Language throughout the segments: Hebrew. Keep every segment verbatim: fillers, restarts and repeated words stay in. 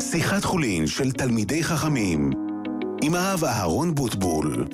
שיחת חולין של תלמידי חכמים עם הרב אהרון בוטבול.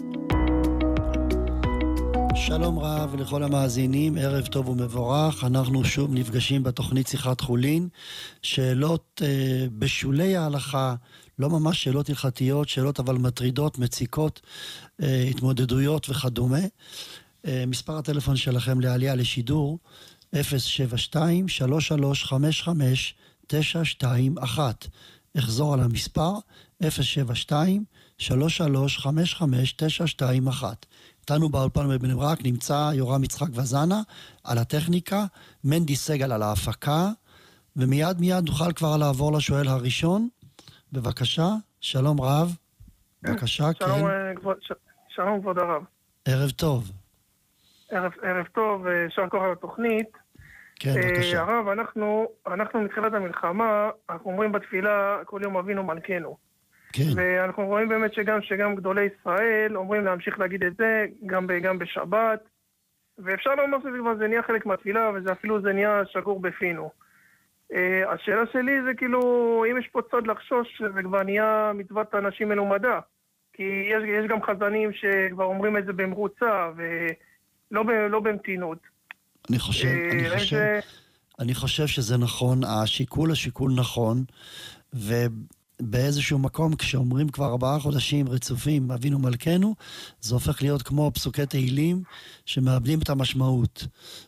שלום רב לכל המאזינים, ערב טוב ומבורך. אנחנו שוב נפגשים בתוכנית שיחת חולין. שאלות אה, בשולי ההלכה, לא ממש שאלות הלכתיות, שאלות אבל מטרידות, מציקות, אה, התמודדויות וכדומה. אה, מספר הטלפון שלכם לעלייה לשידור אפס שבע שתיים שלוש שלוש חמש חמש תשע שתיים אחת. אחזור על המספר אפס שבע שתיים שלוש שלוש חמש חמש תשע שתיים אחת. איתנו באולפן בבני ברק נמצא יורם יצחק וזנה על הטכניקה, מנדי סגל על ההפקה, ומיד מיד נוכל כבר לעבור לשואל הראשון. בבקשה, שלום רב. בבקשה, שלום, כן. כבוד, ש... שלום כבוד הרב. ערב טוב. ערב, ערב טוב, שר כוח על התוכנית. כן, בבקשה. הרב, אנחנו, אנחנו מתחילת המלחמה, אנחנו אומרים בתפילה כל יום אבינו מלכנו. כן. ואנחנו רואים באמת שגם, שגם גדולי ישראל אומרים להמשיך להגיד את זה, גם, ב, גם בשבת. ואפשר לומר שזה כבר זה נהיה חלק מהתפילה, וזה אפילו זה נהיה שגור בפינו. השאלה שלי זה כאילו, אם יש פה צד לחשוש, זה כבר נהיה מצוות אנשים מלומדה. כי יש, יש גם חזנים שכבר אומרים את זה במרוצה, ולא לא במתינות. אני חושב, אני חושב, אני חושב שזה נכון, השיקול, השיקול נכון, ובאיזשהו מקום, כשאומרים כבר ארבעה חודשים רצופים, אבינו מלכנו, זה הופך להיות כמו פסוקי תהילים, שמאבדים את המשמעות.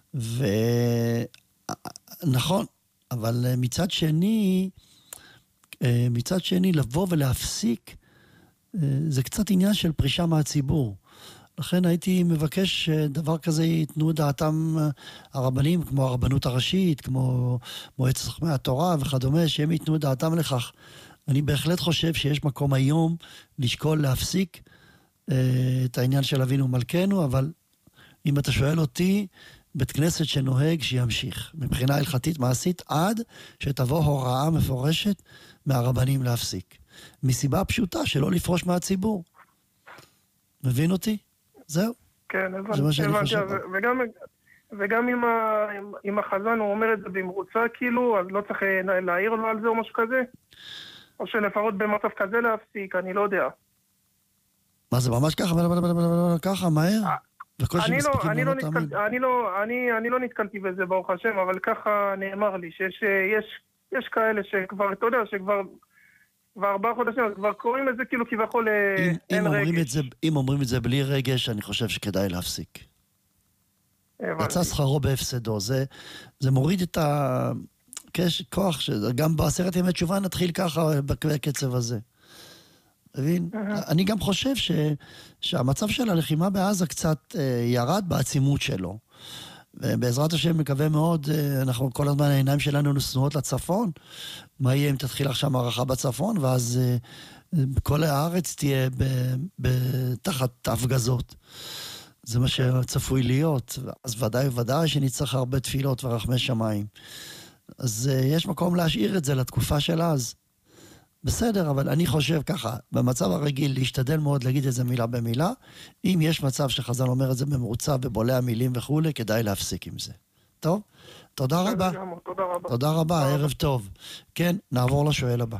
ונכון, אבל מצד שני, מצד שני, לבוא ולהפסיק, זה קצת עניין של פרישה מהציבור. לכן הייתי מבקש שדבר כזה ייתנו דעתם הרבנים, כמו הרבנות הראשית, כמו מועצת חכמי התורה וכדומה, שהם ייתנו דעתם לכך. אני בהחלט חושב שיש מקום היום לשקול להפסיק את העניין של אבינו מלכנו, אבל אם אתה שואל אותי, בית כנסת שנוהג שימשיך, מבחינה הלכתית מעשית, עד שתבוא הוראה מפורשת מהרבנים להפסיק. מסיבה פשוטה שלא לפרוש מהציבור. מבין אותי? זהו. כן, הבנתי, הבנתי, וגם, וגם אם, ה, אם החזן הוא אומר את זה במרוצה, כאילו, אז לא צריך להעיר לו על זה או משהו כזה? או שלפחות במצב כזה להפסיק, אני לא יודע. מה זה ממש ככה, ככה, מהר? אני לא, אני לא נתקלתי, אני לא, אני, אני לא נתקלתי בזה, ברוך השם, אבל ככה נאמר לי, שיש, יש, יש כאלה שכבר, אתה יודע, שכבר, כבר ארבעה חודשים, כבר קוראים את זה כאילו כביכול אין רגש. אם אומרים את זה בלי רגש, אני חושב שכדאי להפסיק. יצא שכרו בהפסדו, זה, זה מוריד את הכוח, גם בעשרת ימי תשובה נתחיל ככה בקצב הזה. מבין? אני גם חושב ש, שהמצב של הלחימה בעזה קצת ירד בעצימות שלו. ובעזרת השם מקווה מאוד, אנחנו כל הזמן העיניים שלנו נשואות לצפון. מה יהיה אם תתחיל עכשיו מערכה בצפון, ואז כל הארץ תהיה תחת הפגזות. זה מה שצפוי להיות. אז ודאי וודאי שנצטרך הרבה תפילות ורחמי שמיים. אז יש מקום להשאיר את זה לתקופה של אז. בסדר, אבל אני חושב ככה, במצב הרגיל להשתדל מאוד להגיד את זה מילה במילה. אם יש מצב שחז"ל אומר את זה במרוצה ובולע מילים וכו', כדאי להפסיק עם זה. טוב? תודה רבה. תודה רבה. תודה רבה, ערב טוב. כן, נעבור לשואל הבא.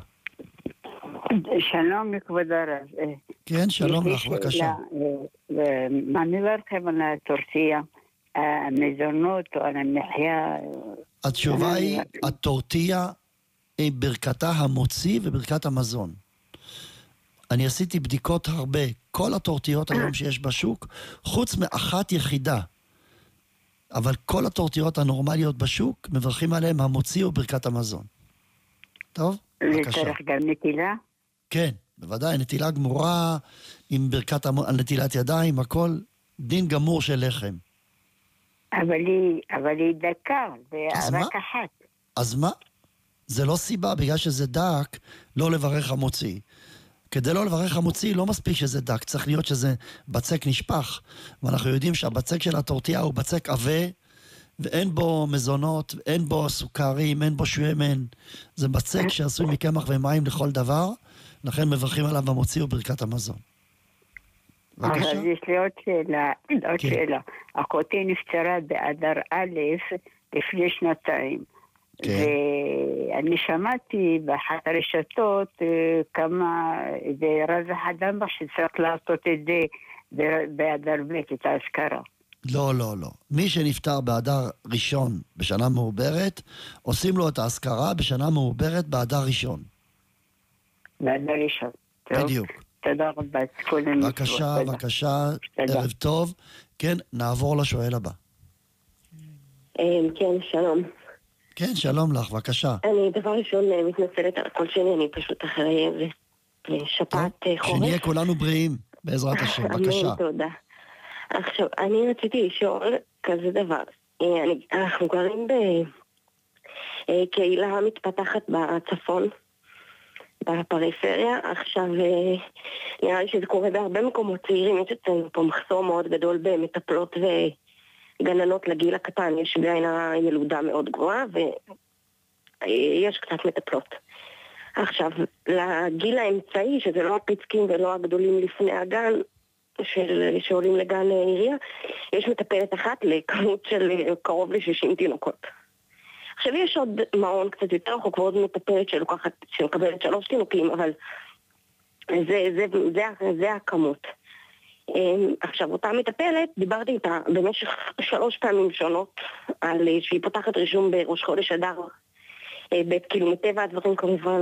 שלום לכבוד הרב. כן, שלום לך, בבקשה. מה נדבר לכם על התורתיה, המזונות או על המחיה? התשובה היא, התורתיה היא ברכתה המוציא וברכת המזון. אני עשיתי בדיקות הרבה, כל התורתיות היום שיש בשוק, חוץ מאחת יחידה, אבל כל התורתיות הנורמליות בשוק, מברכים עליהם המוציא וברכת המזון. טוב? בבקשה. וצריך גם נטילה? כן, בוודאי, נטילה גמורה, עם ברכת המ... נטילת ידיים, הכל דין גמור של לחם. אבל היא, אבל היא דקה, ורק אחת. אז מה? זה לא סיבה, בגלל שזה דק, לא לברך המוציא. כדי לא לברך המוציא, לא מספיק שזה דק, צריך להיות שזה בצק נשפח. ואנחנו יודעים שהבצק של התורתיה הוא בצק עבה, ואין בו מזונות, אין בו סוכרים, אין בו שמן. זה בצק שעשוי מקמח ומים לכל דבר, לכן מברכים עליו המוציא וברכת המזון. בבקשה. אז יש לי עוד שאלה, עוד שאלה. אחותי נפטרה באדר א' לפני שנתיים. ואני שמעתי באחת הרשתות כמה, זה רז חדמבך שצריך לעשות את זה באדר ב', את האזכרה. לא, לא, לא. מי שנפטר באדר ראשון בשנה מעוברת, עושים לו את האזכרה בשנה מעוברת באדר ראשון. באדר ראשון. בדיוק. תודה רבה. בבקשה, בבקשה, ערב טוב. כן, נעבור לשואל הבא. כן, שלום. כן, שלום לך, בבקשה. אני דבר ראשון מתנצלת על הכל שלי, אני פשוט אחרי שפעת חורף. שנהיה כולנו בריאים, בעזרת השם, בבקשה. אמן, תודה. עכשיו, אני רציתי לשאול כזה דבר. אנחנו גרים בקהילה מתפתחת בצפון, בפריפריה. עכשיו, נראה לי שזה קורה בהרבה מקומות צעירים. יש אצלנו פה מחסור מאוד גדול במטפלות וגננות לגיל הקטן. יש בעין הילודה מאוד גבוהה ויש קצת מטפלות. עכשיו, לגיל האמצעי, שזה לא הפיצקים ולא הגדולים לפני הגן, של, שעולים לגן עירייה, יש מטפלת אחת לכמות של קרוב ל-שישים תינוקות. עכשיו יש עוד מעון קצת יותר רחוק ועוד מטפלת שלוקחת, שמקבלת שלוש תינוקים, אבל זה, זה, זה, זה הכמות. עכשיו, אותה מטפלת, דיברתי איתה במשך שלוש פעמים שונות, על שהיא פותחת רישום בראש חודש אדר, כאילו מטבע הדברים כמובן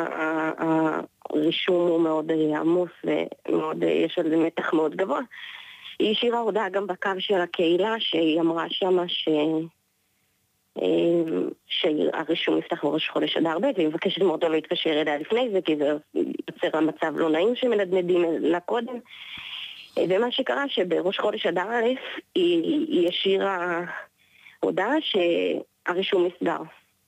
הרישום הוא מאוד עמוס ומאוד, יש על זה מתח מאוד גבוה. היא השאירה הודעה גם בקו של הקהילה שהיא אמרה שמה ש... שהרישום יפתח בראש חודש אדר ב' והיא מבקשת מאוד לא להתקשר אליה לפני זה כי זה יוצר המצב לא נעים שמנדנדים לה קודם. ומה שקרה שבראש חודש אדר א' היא, היא השאירה הודעה שהרישום נסגר.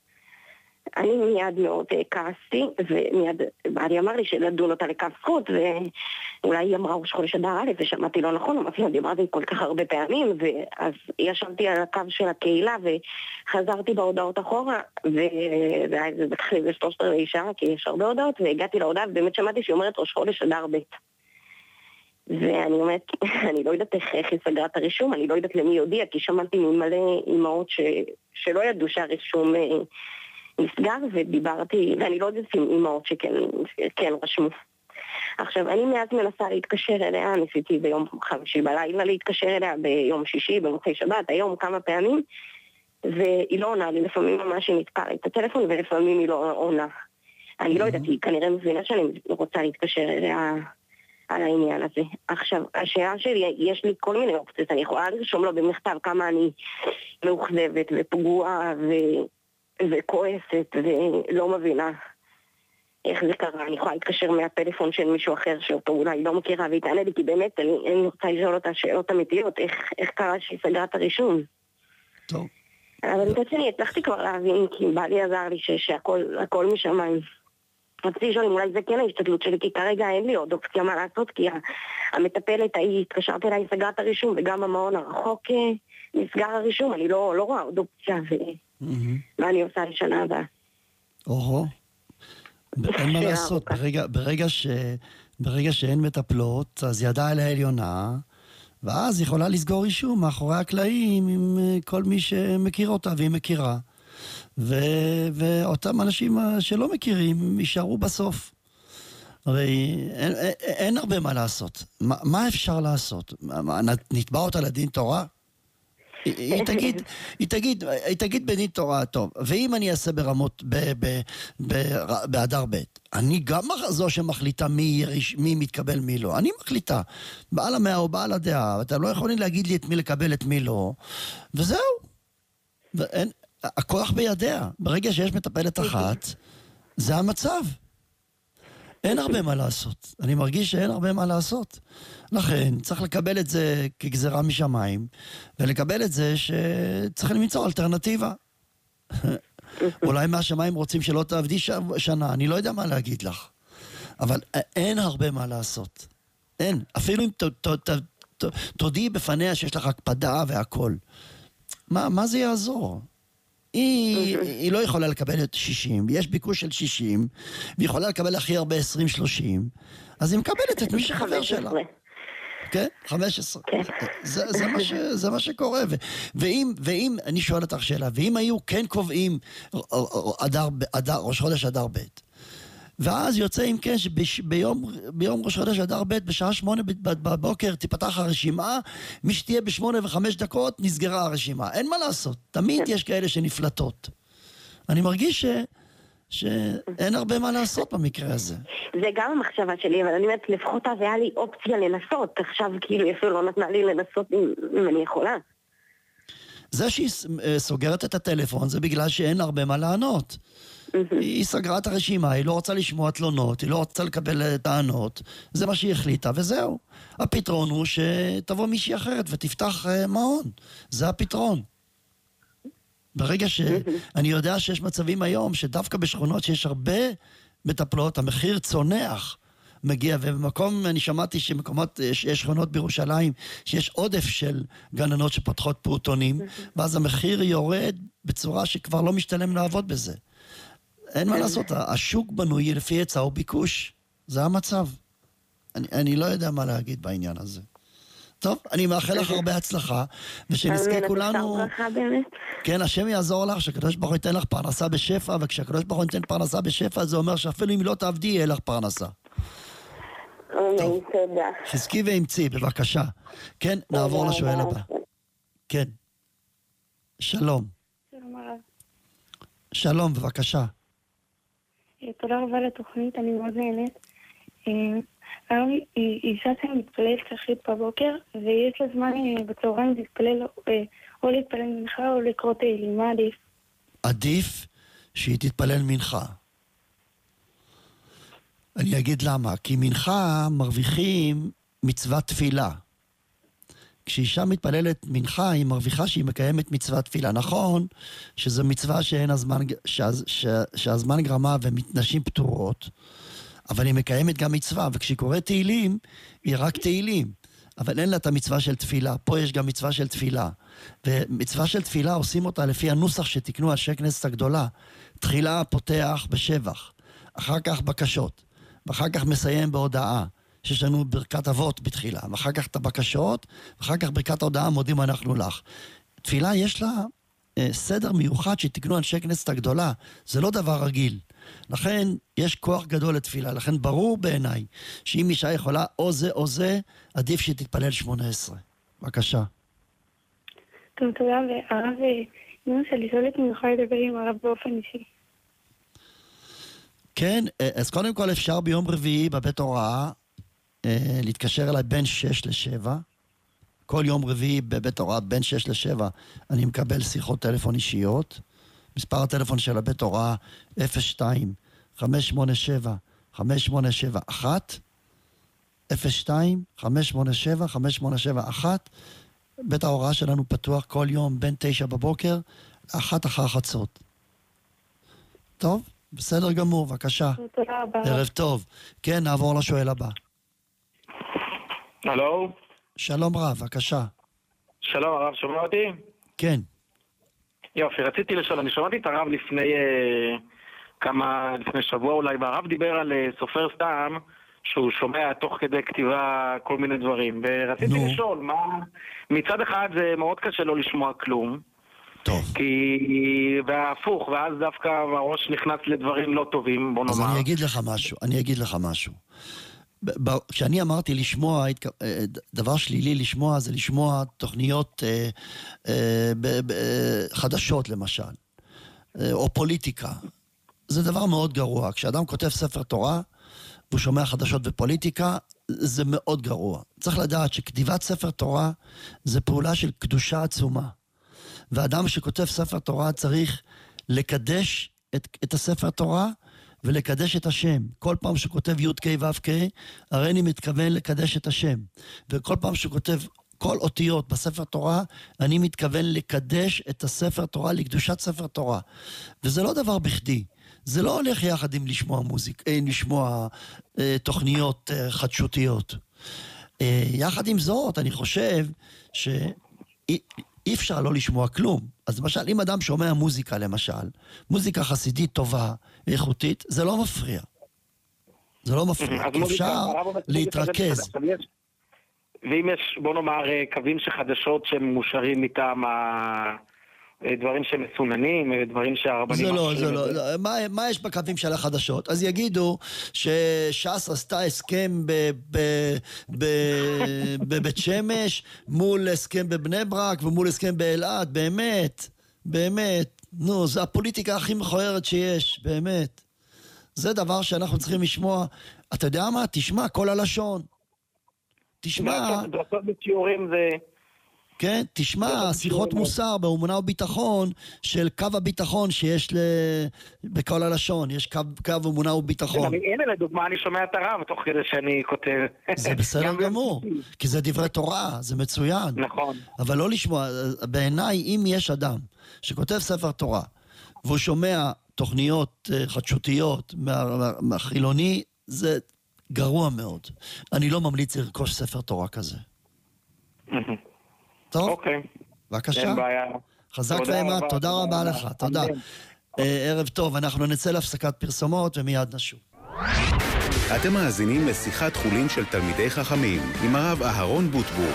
אני מיד מאוד כעסתי, ומיד בעלי אמר לי שלדון אותה לקו זכות, ואולי היא אמרה ראש חודש אדר א', ושמעתי לא נכון, אמרתי, דיברתי כל כך הרבה פעמים, ואז ישבתי על הקו של הקהילה, וחזרתי בהודעות אחורה, וזה בטח לי בשלושת רבעי שעה, כי יש הרבה הודעות, והגעתי להודעה, ובאמת שמעתי שהיא אומרת ראש חודש אדר ב'. ואני אומרת, אני לא יודעת איך היא סגרה את הרישום, אני לא יודעת למי יודיע, כי שמעתי ממלא אימהות שלא ידעו שהרישום נסגר, ודיברתי, ואני לא יודעת עם אימהות שכן כן רשמו. עכשיו, אני מאז מנסה להתקשר אליה, ניסיתי ביום חמישי בלילה להתקשר אליה, ביום שישי, במוצאי שבת, היום כמה פעמים, והיא לא עונה לי, לפעמים ממש היא נתקעה את הטלפון, ולפעמים היא לא עונה. אני לא יודעת, היא כנראה מבינה שאני רוצה להתקשר אליה על העניין הזה. עכשיו, השאלה שלי, יש לי כל מיני אופציות, אני יכולה לרשום לו במכתב כמה אני מאוכזבת ופגועה ו... וכועסת ולא מבינה איך זה קרה. אני יכולה להתקשר מהפלאפון של מישהו אחר שאותו אולי לא מכירה והיא תענה לי, כי באמת אני, אני רוצה לשאול אותה שאלות אמיתיות, איך, איך קרה שהיא סגרה את הרישום. טוב. אבל מצד שני, הצלחתי כבר להבין, כי בעלי עזר לי ש, שהכל הכל משמיים. רציתי לשאול אם אולי זה כן ההשתדלות שלי, כי כרגע אין לי עוד אופציה מה לעשות, כי המטפלת ההיא התקשרת אליי, סגרה את הרישום, וגם המעון הרחוק נסגר הרישום, אני לא, לא רואה עוד אופציה, ומה אני עושה לשנה הבאה. אוהו, אין מה לעשות, ברגע, ברגע, ש, ברגע שאין מטפלות, אז ידה אל העליונה, ואז יכולה לסגור רישום מאחורי הקלעים עם כל מי שמכיר אותה, והיא מכירה. ו... ואותם אנשים שלא מכירים יישארו בסוף. הרי אין, אין, אין הרבה מה לעשות. מה, מה אפשר לעשות? מה, נתבע אותה לדין תורה? היא, היא תגיד, היא תגיד, היא תגיד בדין תורה, טוב. ואם אני אעשה ברמות ב, ב, ב, באדר ב', אני גם זו שמחליטה מי, מי מתקבל מי לא. אני מחליטה. בעל המאה או בעל הדעה. אתם לא יכולים להגיד לי את מי לקבל את מי לא. וזהו. ואין הכוח בידיה. ברגע שיש מטפלת אחת, זה המצב. אין הרבה מה לעשות. אני מרגיש שאין הרבה מה לעשות. לכן, צריך לקבל את זה כגזרה משמיים, ולקבל את זה שצריך למצוא אלטרנטיבה. אולי מהשמיים רוצים שלא תעבדי שנה, אני לא יודע מה להגיד לך. אבל אין הרבה מה לעשות. אין. אפילו אם תודיעי בפניה שיש לך הקפדה והכל. מה, מה זה יעזור? היא, היא לא יכולה לקבל את שישים, יש ביקוש של שישים, והיא יכולה לקבל הכי הרבה עשרים שלושים, אז היא מקבלת את מי שחבר שלה. כן, חמש עשרה. זה מה שקורה. ואם, אני שואל אותך שאלה, ואם היו כן קובעים ראש חודש אדר ב', ואז יוצא אם כן שביום ראש חודש אדר ב' בשעה שמונה בבוקר תיפתח הרשימה, מי שתהיה בשמונה וחמש דקות נסגרה הרשימה. אין מה לעשות, תמיד יש כאלה שנפלטות. אני מרגיש ש... שאין הרבה מה לעשות במקרה הזה. זה גם המחשבה שלי, אבל אני אומרת, לפחות אז היה לי אופציה לנסות, עכשיו כאילו אפילו לא נתנה לי לנסות אם אני יכולה. זה שהיא סוגרת את הטלפון, זה בגלל שאין הרבה מה לענות. היא סגרה את הרשימה, היא לא רוצה לשמוע תלונות, היא לא רוצה לקבל טענות, זה מה שהיא החליטה, וזהו. הפתרון הוא שתבוא מישהי אחרת ותפתח מעון. זה הפתרון. ברגע שאני יודע שיש מצבים היום שדווקא בשכונות שיש הרבה מטפלות, המחיר צונח מגיע, ובמקום, אני שמעתי שמקומות, יש, יש שכונות בירושלים שיש עודף של גננות שפותחות פעוטונים, ואז המחיר יורד בצורה שכבר לא משתלם לעבוד בזה. אין מה לעשות, השוק בנוי לפי היצע וביקוש, זה המצב. אני, אני לא יודע מה להגיד בעניין הזה. טוב, אני מאחל לך הרבה הצלחה, ושנזכה כולנו... כן, השם יעזור לך, שהקדוש ברוך הוא ייתן לך פרנסה בשפע, וכשהקדוש ברוך הוא ייתן פרנסה בשפע, זה אומר שאפילו אם לא תעבדי, יהיה לך פרנסה. טוב, חזקי ואמצי, בבקשה. כן, נעבור לשואל הבא. כן. שלום. שלום הרב. שלום, בבקשה. תודה רבה לתוכנית, אני מאוד נהנית. היום אישה שמתפללת שחרית בבוקר, ויש לה זמן בצהריים להתפלל, או להתפלל מנחה או לקרוא תהילים. מה עדיף? עדיף שהיא תתפלל מנחה. אני אגיד למה. כי מנחה מרוויחים מצוות תפילה. כשאישה מתפללת מנחה, היא מרוויחה שהיא מקיימת מצוות תפילה. נכון שזו מצווה שאין הזמן, שהז, שהזמן גרמה ונשים פטורות, אבל היא מקיימת גם מצווה, וכשהיא קוראת תהילים, היא רק תהילים. אבל אין לה את המצווה של תפילה. פה יש גם מצווה של תפילה. ומצווה של תפילה עושים אותה לפי הנוסח שתקנו אנשי כנסת הגדולה. תחילה פותח בשבח, אחר כך בקשות, ואחר כך מסיים בהודעה, שיש לנו ברכת אבות בתחילה, ואחר כך את הבקשות, ואחר כך ברכת ההודעה מודים אנחנו לך. תפילה יש לה אה, סדר מיוחד שתקנו אנשי כנסת הגדולה. זה לא דבר רגיל. לכן יש כוח גדול לתפילה, לכן ברור בעיניי שאם אישה יכולה או זה או זה, עדיף שתתפלל שמונה עשרה. בבקשה. טוב, תודה, והרב, אם אפשר לשאול את מי יכול לדבר עם הרב באופן אישי. כן, אז קודם כל אפשר ביום רביעי בבית הוראה להתקשר אליי בין שש לשבע. כל יום רביעי בבית הוראה בין שש לשבע אני מקבל שיחות טלפון אישיות. מספר הטלפון של הבית הוראה אפס שתיים חמש שמונה שבע חמש שמונה שבע אחת אפס שתיים חמש שמונה שבע חמש שמונה שבע אחת. בית ההוראה שלנו פתוח כל יום בין תשע בבוקר לאחת אחר חצות. טוב? בסדר גמור, בבקשה. תודה רבה. ערב טוב. כן, נעבור לשואל הבא. הלו? שלום רב, בבקשה. שלום הרב, שומע אותי? כן. יופי, רציתי לשאול, אני שמעתי את הרב לפני אה, כמה, לפני שבוע אולי, והרב דיבר על אה, סופר סתם, שהוא שומע תוך כדי כתיבה כל מיני דברים, ורציתי נו. לשאול, מה, מצד אחד זה מאוד קשה לא לשמוע כלום, טוב. כי, והפוך, ואז דווקא הראש נכנס לדברים לא טובים, בוא נאמר. אז אני אגיד לך משהו, אני אגיד לך משהו. כשאני אמרתי לשמוע, דבר שלילי לשמוע זה לשמוע תוכניות אה, אה, ב, ב, חדשות למשל, אה, או פוליטיקה. זה דבר מאוד גרוע. כשאדם כותב ספר תורה והוא שומע חדשות ופוליטיקה, זה מאוד גרוע. צריך לדעת שכתיבת ספר תורה זה פעולה של קדושה עצומה. ואדם שכותב ספר תורה צריך לקדש את, את הספר תורה, ולקדש את השם. כל פעם שכותב י' ק' ו' ק', הרי אני מתכוון לקדש את השם. וכל פעם שכותב כל אותיות בספר תורה, אני מתכוון לקדש את הספר תורה, לקדושת ספר תורה. וזה לא דבר בכדי. זה לא הולך יחד עם לשמוע מוזיק, עם לשמוע אה, תוכניות אה, חדשותיות. אה, יחד עם זאת, אני חושב שאי אי אפשר לא לשמוע כלום. אז למשל, אם אדם שומע מוזיקה, למשל, מוזיקה חסידית טובה, איכותית, זה לא מפריע. זה לא מפריע. אפשר להתרכז. ואם יש, בוא נאמר, קווים שחדשות שמאושרים מטעם דברים שמסוננים, דברים שהרבנים... זה לא, זה לא. מה, מה יש בקווים של החדשות? אז יגידו שש"ס עשתה הסכם בבית שמש, מול הסכם בבני ברק ומול הסכם באלעד, באמת, באמת. נו, זה הפוליטיקה הכי מכוערת שיש, באמת. זה דבר שאנחנו צריכים לשמוע. אתה יודע מה? תשמע, כל הלשון. תשמע... לעשות בשיעורים זה... כן, תשמע, שיחות מוסר באמונה וביטחון של קו הביטחון שיש בכל הלשון, יש קו, קו אמונה וביטחון. הנה, לדוגמה, אני שומע את הרב תוך כדי שאני כותב. זה בסדר גמור, כי זה דברי תורה, זה מצוין. נכון. אבל לא לשמוע, בעיניי, אם יש אדם שכותב ספר תורה, והוא שומע תוכניות חדשותיות מהחילוני, זה גרוע מאוד. אני לא ממליץ לרכוש ספר תורה כזה. טוב? אוקיי. בבקשה. אין בעיה. חזק ואימת, תודה רבה לך, תודה. ערב טוב, אנחנו נצא להפסקת פרסומות ומיד נשוב. אתם מאזינים לשיחת חולין של תלמידי חכמים עם הרב אהרון בוטבור.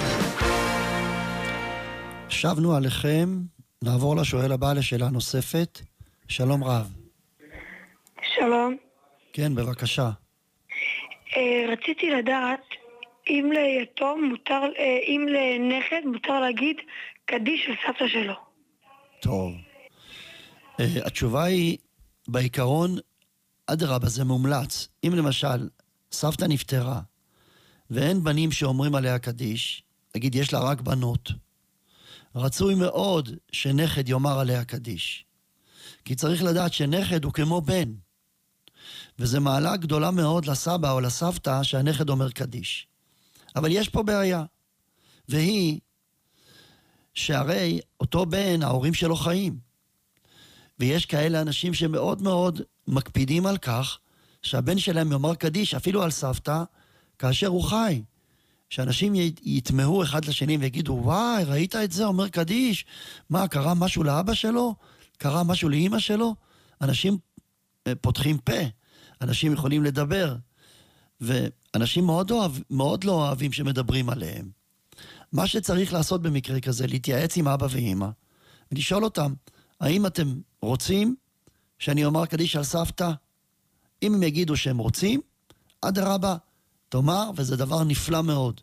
שבנו עליכם, נעבור לשואל הבא לשאלה נוספת. שלום רב. שלום. כן, בבקשה. רציתי לדעת אם ליתום מותר, אם לנכד מותר להגיד קדיש לסבתא שלו. טוב. התשובה היא, בעיקרון, אדרבה, זה מומלץ. אם למשל, סבתא נפטרה, ואין בנים שאומרים עליה קדיש, נגיד, יש לה רק בנות, רצוי מאוד שנכד יאמר עליה קדיש. כי צריך לדעת שנכד הוא כמו בן. וזה מעלה גדולה מאוד לסבא או לסבתא שהנכד אומר קדיש. אבל יש פה בעיה, והיא שהרי אותו בן, ההורים שלו חיים. ויש כאלה אנשים שמאוד מאוד מקפידים על כך, שהבן שלהם יאמר קדיש, אפילו על סבתא, כאשר הוא חי. שאנשים יתמהו אחד לשני ויגידו, וואי, ראית את זה, אומר קדיש? מה, קרה משהו לאבא שלו? קרה משהו לאמא שלו? אנשים פותחים פה, אנשים יכולים לדבר, ואנשים מאוד, אוהב, מאוד לא אוהבים שמדברים עליהם. מה שצריך לעשות במקרה כזה, להתייעץ עם אבא ואמא, ולשאול אותם, האם אתם רוצים שאני אומר קדיש על סבתא? אם הם יגידו שהם רוצים, אדרבה, תאמר, וזה דבר נפלא מאוד.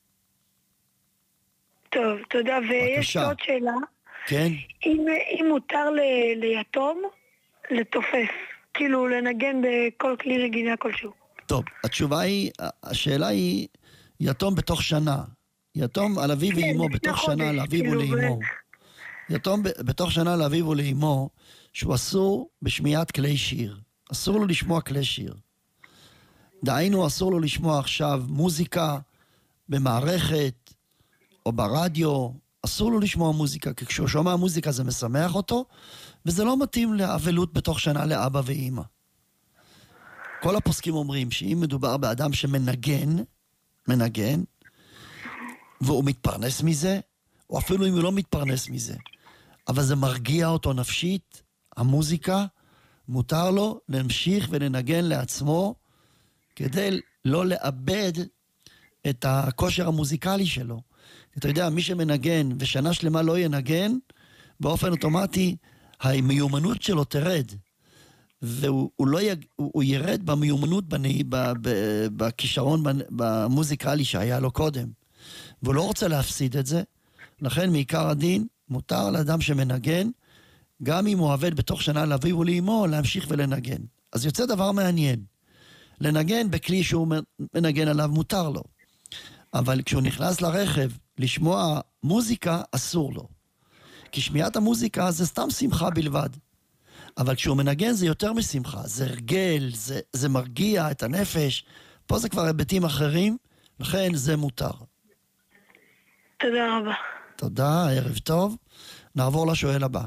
טוב, תודה. ויש עוד שאלה. כן? אם, אם מותר ל, ליתום לתופף, כאילו לנגן בכל כלי נגינה כלשהו. טוב, התשובה היא, השאלה היא, יתום בתוך שנה. יתום על אביו ואימו, בתוך שנה לאביו ולאימו. יתום בתוך שנה לאביו ולאימו, שהוא אסור בשמיעת כלי שיר. אסור לו לשמוע כלי שיר. דהיינו, אסור לו לשמוע עכשיו מוזיקה במערכת או ברדיו. אסור לו לשמוע מוזיקה, כי כשהוא שומע מוזיקה זה משמח אותו, וזה לא מתאים לאבלות בתוך שנה לאבא ואימא. כל הפוסקים אומרים שאם מדובר באדם שמנגן, מנגן, והוא מתפרנס מזה, או אפילו אם הוא לא מתפרנס מזה, אבל זה מרגיע אותו נפשית, המוזיקה, מותר לו להמשיך ולנגן לעצמו, כדי לא לאבד את הכושר המוזיקלי שלו. אתה יודע, מי שמנגן ושנה שלמה לא ינגן, באופן אוטומטי, המיומנות שלו תרד. והוא הוא לא יג, הוא, הוא ירד במיומנות בני, ב, ב, בכישרון במוזיקלי שהיה לו קודם. והוא לא רוצה להפסיד את זה. לכן מעיקר הדין מותר לאדם שמנגן, גם אם הוא עובד בתוך שנה לאביו ולאמו, להמשיך ולנגן. אז יוצא דבר מעניין. לנגן בכלי שהוא מנגן עליו מותר לו. אבל כשהוא נכנס לרכב לשמוע מוזיקה, אסור לו. כי שמיעת המוזיקה זה סתם שמחה בלבד. אבל כשהוא מנגן זה יותר משמחה. זה הרגל, זה, זה מרגיע את הנפש. פה זה כבר היבטים אחרים, לכן זה מותר. תודה רבה. תודה, ערב טוב. נעבור לשואל הבא.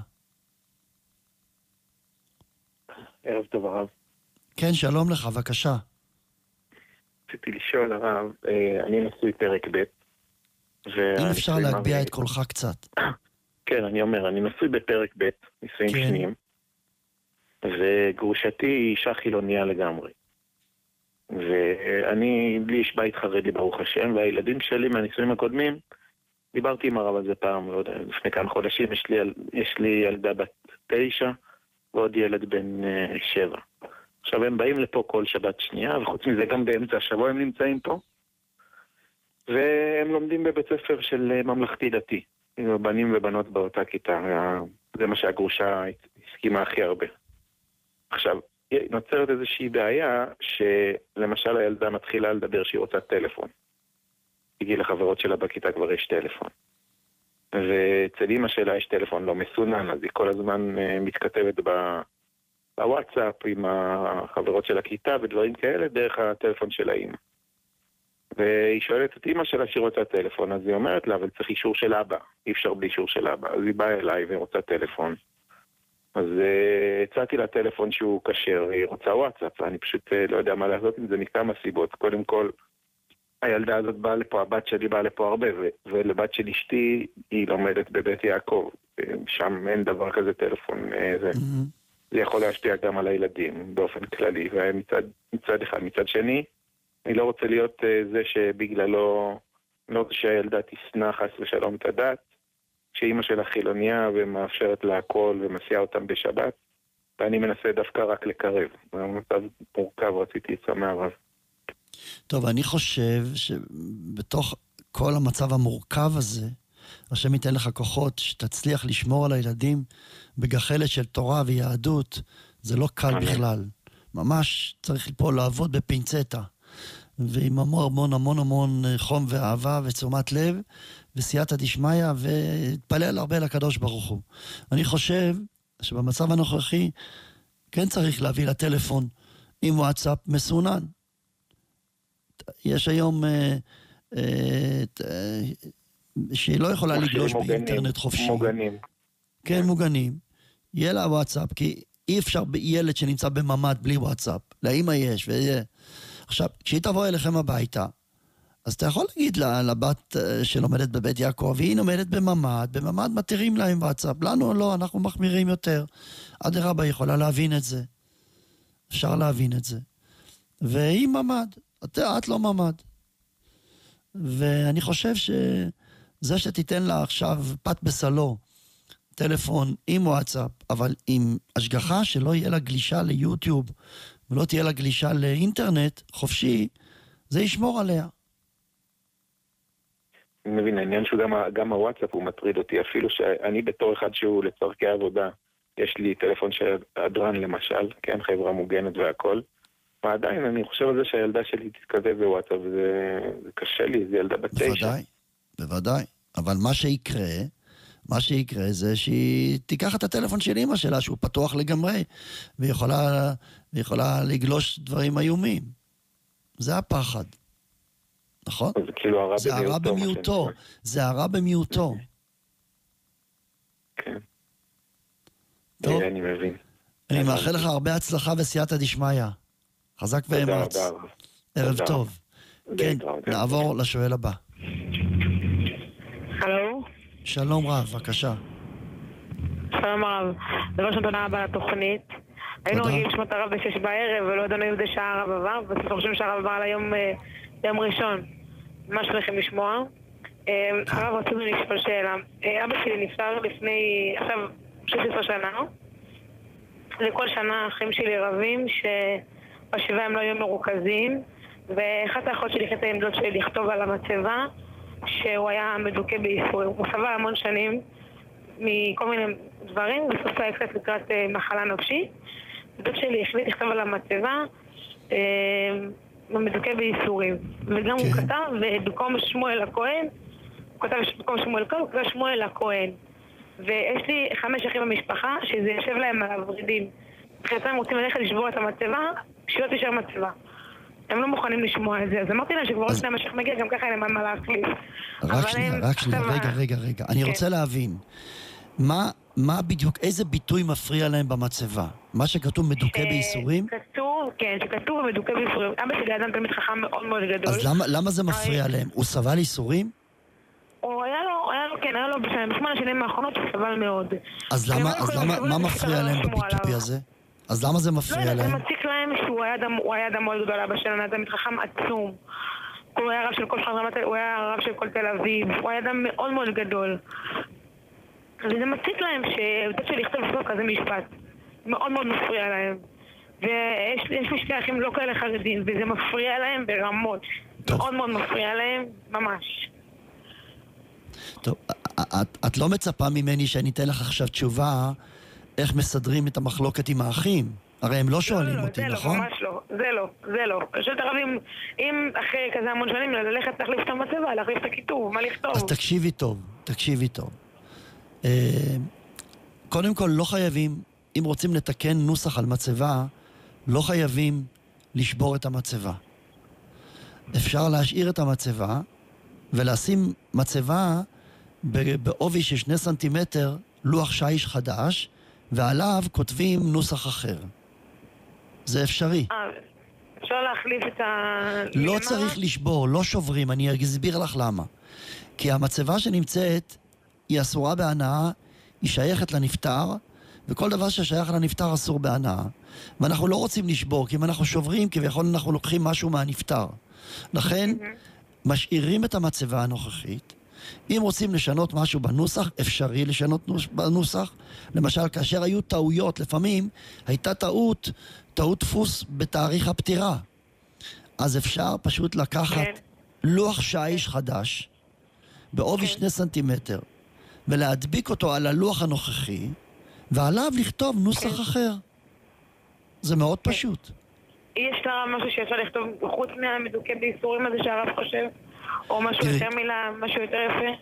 ערב טוב הרב. כן, שלום לך, בבקשה. רציתי לשאול הרב, אני נשוי פרק ב' אם אפשר להגביה את קולך קצת. כן, אני אומר, אני נשוי בפרק ב', נישואים שניים, וגרושתי היא אישה חילוניה לגמרי. ואני, לי יש בית חרדי ברוך השם, והילדים שלי מהנישואים הקודמים, דיברתי עם הרב על זה פעם, לא יודע, לפני כמה חודשים, יש לי, יש לי ילדה בת תשע, ועוד ילד בן שבע. עכשיו הם באים לפה כל שבת שנייה, וחוץ מזה גם באמצע השבוע הם נמצאים פה, והם לומדים בבית ספר של ממלכתי דתי, בנים ובנות באותה כיתה, זה מה שהגרושה הסכימה הכי הרבה. עכשיו, נוצרת איזושהי בעיה, שלמשל הילדה מתחילה לדבר שהיא רוצה טלפון. הגיע לחברות שלה בכיתה כבר יש טלפון. ואצל אמא שלה יש טלפון לא מסונן, אז היא כל הזמן מתכתבת בוואטסאפ עם החברות של הכיתה ודברים כאלה דרך הטלפון של האמא. והיא שואלת את אמא שלה שהיא רוצה טלפון, אז היא אומרת לה, אבל צריך אישור של אבא, אי אפשר בלי אישור של אבא. אז היא באה אליי ורוצה טלפון. אז הצעתי לה טלפון שהוא קשר, היא רוצה וואטסאפ, אני פשוט לא יודע מה לעשות עם זה מכמה סיבות. קודם כל, הילדה הזאת באה לפה, הבת שלי באה לפה הרבה, ולבת של אשתי היא לומדת בבית יעקב, שם אין דבר כזה טלפון, זה, זה יכול להשפיע גם על הילדים באופן כללי, ומצד מצד אחד, מצד שני, אני לא רוצה להיות זה שבגללו, לא רוצה שהילדה תשנא חס ושלום את הדת, שאימא שלה חילוניה ומאפשרת לה הכל ומסיעה אותם בשבת, ואני מנסה דווקא רק לקרב. במצב מורכב רציתי לצא מהרב. טוב, אני חושב שבתוך כל המצב המורכב הזה, השם ייתן לך כוחות שתצליח לשמור על הילדים בגחלת של תורה ויהדות, זה לא קל בכלל. ממש צריך פה לעבוד בפינצטה, ועם המון המון המון חום ואהבה ותשומת לב, וסייעתא דשמיא, והתפלל הרבה לקדוש ברוך הוא. אני חושב שבמצב הנוכחי, כן צריך להביא לטלפון עם וואטסאפ מסונן. יש היום אה, אה, אה, שהיא לא יכולה לגלוש באינטרנט חופשי. מוגנים. כן, מוגנים. יהיה לה וואטסאפ, כי אי אפשר ילד שנמצא בממד בלי וואטסאפ. לאמא יש, ויהיה. עכשיו, כשהיא תבוא אליכם הביתה, אז אתה יכול להגיד לה, לבת שלומדת בבית יעקב, והיא לומדת בממד, בממד מתירים להם וואטסאפ. לנו לא, אנחנו מחמירים יותר. עד הרבה יכולה להבין את זה. אפשר להבין את זה. והיא ממד. את, את לא ממד. ואני חושב שזה שתיתן לה עכשיו פת בסלו, טלפון עם וואטסאפ, אבל עם השגחה שלא יהיה לה גלישה ליוטיוב, ולא תהיה לה גלישה לאינטרנט חופשי, זה ישמור עליה. אני מבין, העניין שהוא גם, גם הוואטסאפ הוא מטריד אותי, אפילו שאני בתור אחד שהוא לצורכי עבודה, יש לי טלפון של אדרן למשל, כן, חברה מוגנת והכל, ועדיין אני חושב על זה שהילדה שלי תתכתב בוואטסאפ, זה, זה קשה לי, זה ילדה בת תשע. בוודאי, בוודאי, אבל מה שיקרה, מה שיקרה זה שהיא תיקח את הטלפון של אמא שלה, שהוא פתוח לגמרי, ויכולה, ויכולה לגלוש דברים איומים. זה הפחד. נכון? זה כאילו הרע זה הרע במיעוטו. זה הרע במיעוטו. כן. טוב. אני מבין. אני מאחל לך הרבה הצלחה וסייעתא דשמיא. חזק ואמץ. ערב טוב. כן, נעבור לשואל הבא. הלו? שלום רב, בבקשה. שלום רב. דבר ראשון, תודה רבה לתוכנית. היינו רגילים לשמוע את הרב בשש בערב, ולא ידענו אם זה שעה הרב עבר, ובסוף חושבים שהרב עבר על היום, יום ראשון. מה שלכם לשמוע? הרב, רצינו לשאול שאלה. אבא שלי נפטר לפני, עכשיו, שש עשרה שנה. לכל שנה האחים שלי רבים, שבשבעה הם לא היו מרוכזים, ואחת האחות שלי החליטה עם דוד שלי לכתוב על המצבה, שהוא היה מדוכא בייסורים. הוא סבל המון שנים מכל מיני דברים, בסוף היה קצת לקראת מחלה נפשית. דוד שלי החליט לכתוב על המצבה, מדוכא בייסורים. וגם הוא כתב, במקום שמואל הכהן, הוא כתב במקום שמואל הכהן, הוא כתב שמואל הכהן. ויש לי חמש אחים במשפחה, שזה יושב להם על הורידים. מבחינתם רוצים ללכת לשבור את המצבה, שלא תישאר מצבה. הם לא מוכנים לשמוע את זה, אז אמרתי להם שכבר עוד שני משך מגיע, גם ככה אין להם מה להחליף. רק שנייה, רק שנייה, רגע, רגע, רגע. אני רוצה להבין, מה בדיוק, איזה ביטוי מפריע להם במצבה? מה שכתוב מדוכא בייסורים? כתוב, כן, שכתוב מדוכא בייסורים. אבא שלי אדם תלמיד חכם מאוד מאוד גדול. אז למה זה מפריע להם? הוא סבל ייסורים? הוא היה לו, היה לו, כן, היה לו בשמונה השנים האחרונות הוא סבל מאוד. אז למה, מה מפריע להם בביטוי הזה? אז למה זה מפריע לא, להם? זה מציק להם שהוא היה אדם, הוא היה אדם מאוד גדול, אבא שלנו, אדם מתחכם עצום. הוא היה רב של כל חרמת, הוא היה רב של כל תל אביב, הוא היה אדם מאוד מאוד גדול. וזה מציק להם שיותר של לכתוב בסוף כזה משפט. מאוד מאוד מפריע להם. ויש לי שתי אחים לא כאלה חרדים, וזה מפריע להם ברמות. טוב. מאוד מאוד מפריע להם, ממש. טוב, את, את לא מצפה ממני שאני אתן לך עכשיו תשובה איך מסדרים את המחלוקת עם האחים? הרי הם לא שואלים לא, לא, אותי, זה נכון? לא, ממש לא, זה לא, זה לא. פשוט הרבים, אם אחרי כזה המון שנים ללכת להחליף את המצבה, להחליף את הכיתוב, מה לכתוב? אז תקשיבי טוב, תקשיבי טוב. קודם כל, לא חייבים, אם רוצים לתקן נוסח על מצבה, לא חייבים לשבור את המצבה. אפשר להשאיר את המצבה ולשים מצבה בעובי של שני סנטימטר, לוח שיש חדש, ועליו כותבים נוסח אחר. זה אפשרי. אפשר להחליף את ה... לא צריך לשבור, לא שוברים, אני אסביר לך למה. כי המצבה שנמצאת היא אסורה בהנאה, היא שייכת לנפטר, וכל דבר ששייך לנפטר אסור בהנאה. ואנחנו לא רוצים לשבור, כי אם אנחנו שוברים, כביכול אנחנו לוקחים משהו מהנפטר. לכן, משאירים את המצבה הנוכחית. אם רוצים לשנות משהו בנוסח, אפשרי לשנות בנוסח. למשל, כאשר היו טעויות, לפעמים הייתה טעות, טעות דפוס בתאריך הפטירה. אז אפשר פשוט לקחת לוח שיש חדש, בעובי שני סנטימטר, ולהדביק אותו על הלוח הנוכחי, ועליו לכתוב נוסח אחר. זה מאוד פשוט. יש לה משהו שאפשר לכתוב חוץ מהמדוכא באיסורים הזה שהרב חושב? או משהו יותר מילה, משהו יותר יפה?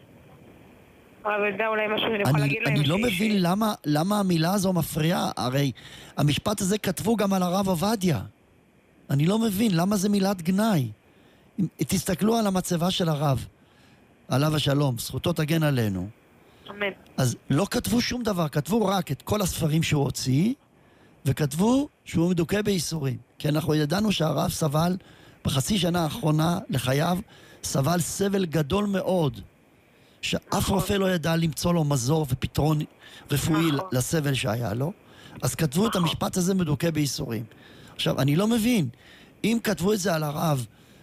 הרב יודע אולי משהו שאני יכול להגיד להם. אני לא מבין למה המילה הזו מפריעה. הרי המשפט הזה כתבו גם על הרב עובדיה. אני לא מבין למה זה מילת גנאי. תסתכלו על המצבה של הרב, עליו השלום, זכותו תגן עלינו. אמן. אז לא כתבו שום דבר, כתבו רק את כל הספרים שהוא הוציא, וכתבו שהוא מדוכא באיסורים. כי אנחנו ידענו שהרב סבל בחצי שנה האחרונה לחייו, סבל סבל גדול מאוד, שאף רופא לא ידע למצוא לו מזור ופתרון רפואי לסבל שהיה לו. אז כתבו את המשפט הזה מדוכא באיסורים. עכשיו, אני לא מבין, אם כתבו את זה על הרב,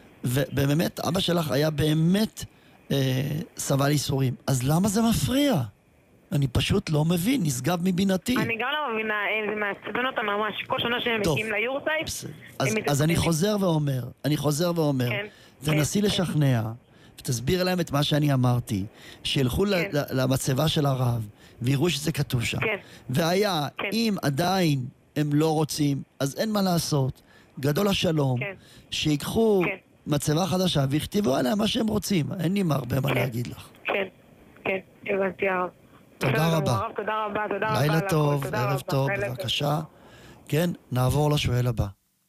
ובאמת אבא שלך היה באמת אה, סבל איסורים, אז למה זה מפריע? אני פשוט לא מבין, נשגב מבינתי. אני גם לא מבינה, זה מעצבן אותה ממש. כל שנה שהם מגיעים ליורסייט. אז אני חוזר ואומר, אני חוזר ואומר, תנסי לשכנע, ותסביר להם את מה שאני אמרתי, שילכו למצבה של הרב, ויראו שזה כתוב שם. והיה, אם עדיין הם לא רוצים, אז אין מה לעשות. גדול השלום, שיקחו מצבה חדשה, ויכתבו עליה מה שהם רוצים. אין לי הרבה מה להגיד לך. כן, כן, הבנתי הרב. תודה רבה. תודה רבה, תודה רבה. לילה טוב, ערב טוב, בבקשה. כן, נעבור לשואל הבא.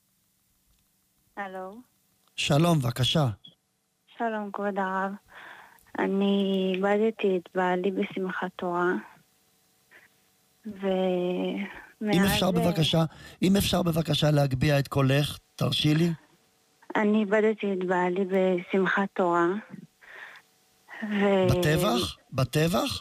הלו. שלום, בבקשה. שלום, כבוד הרב. אני איבדתי את בעלי בשמחת תורה, ו... אם אפשר בבקשה, אם אפשר בבקשה להגביה את קולך, תרשי לי. אני איבדתי את בעלי בשמחת תורה. ו... בטבח? בטבח?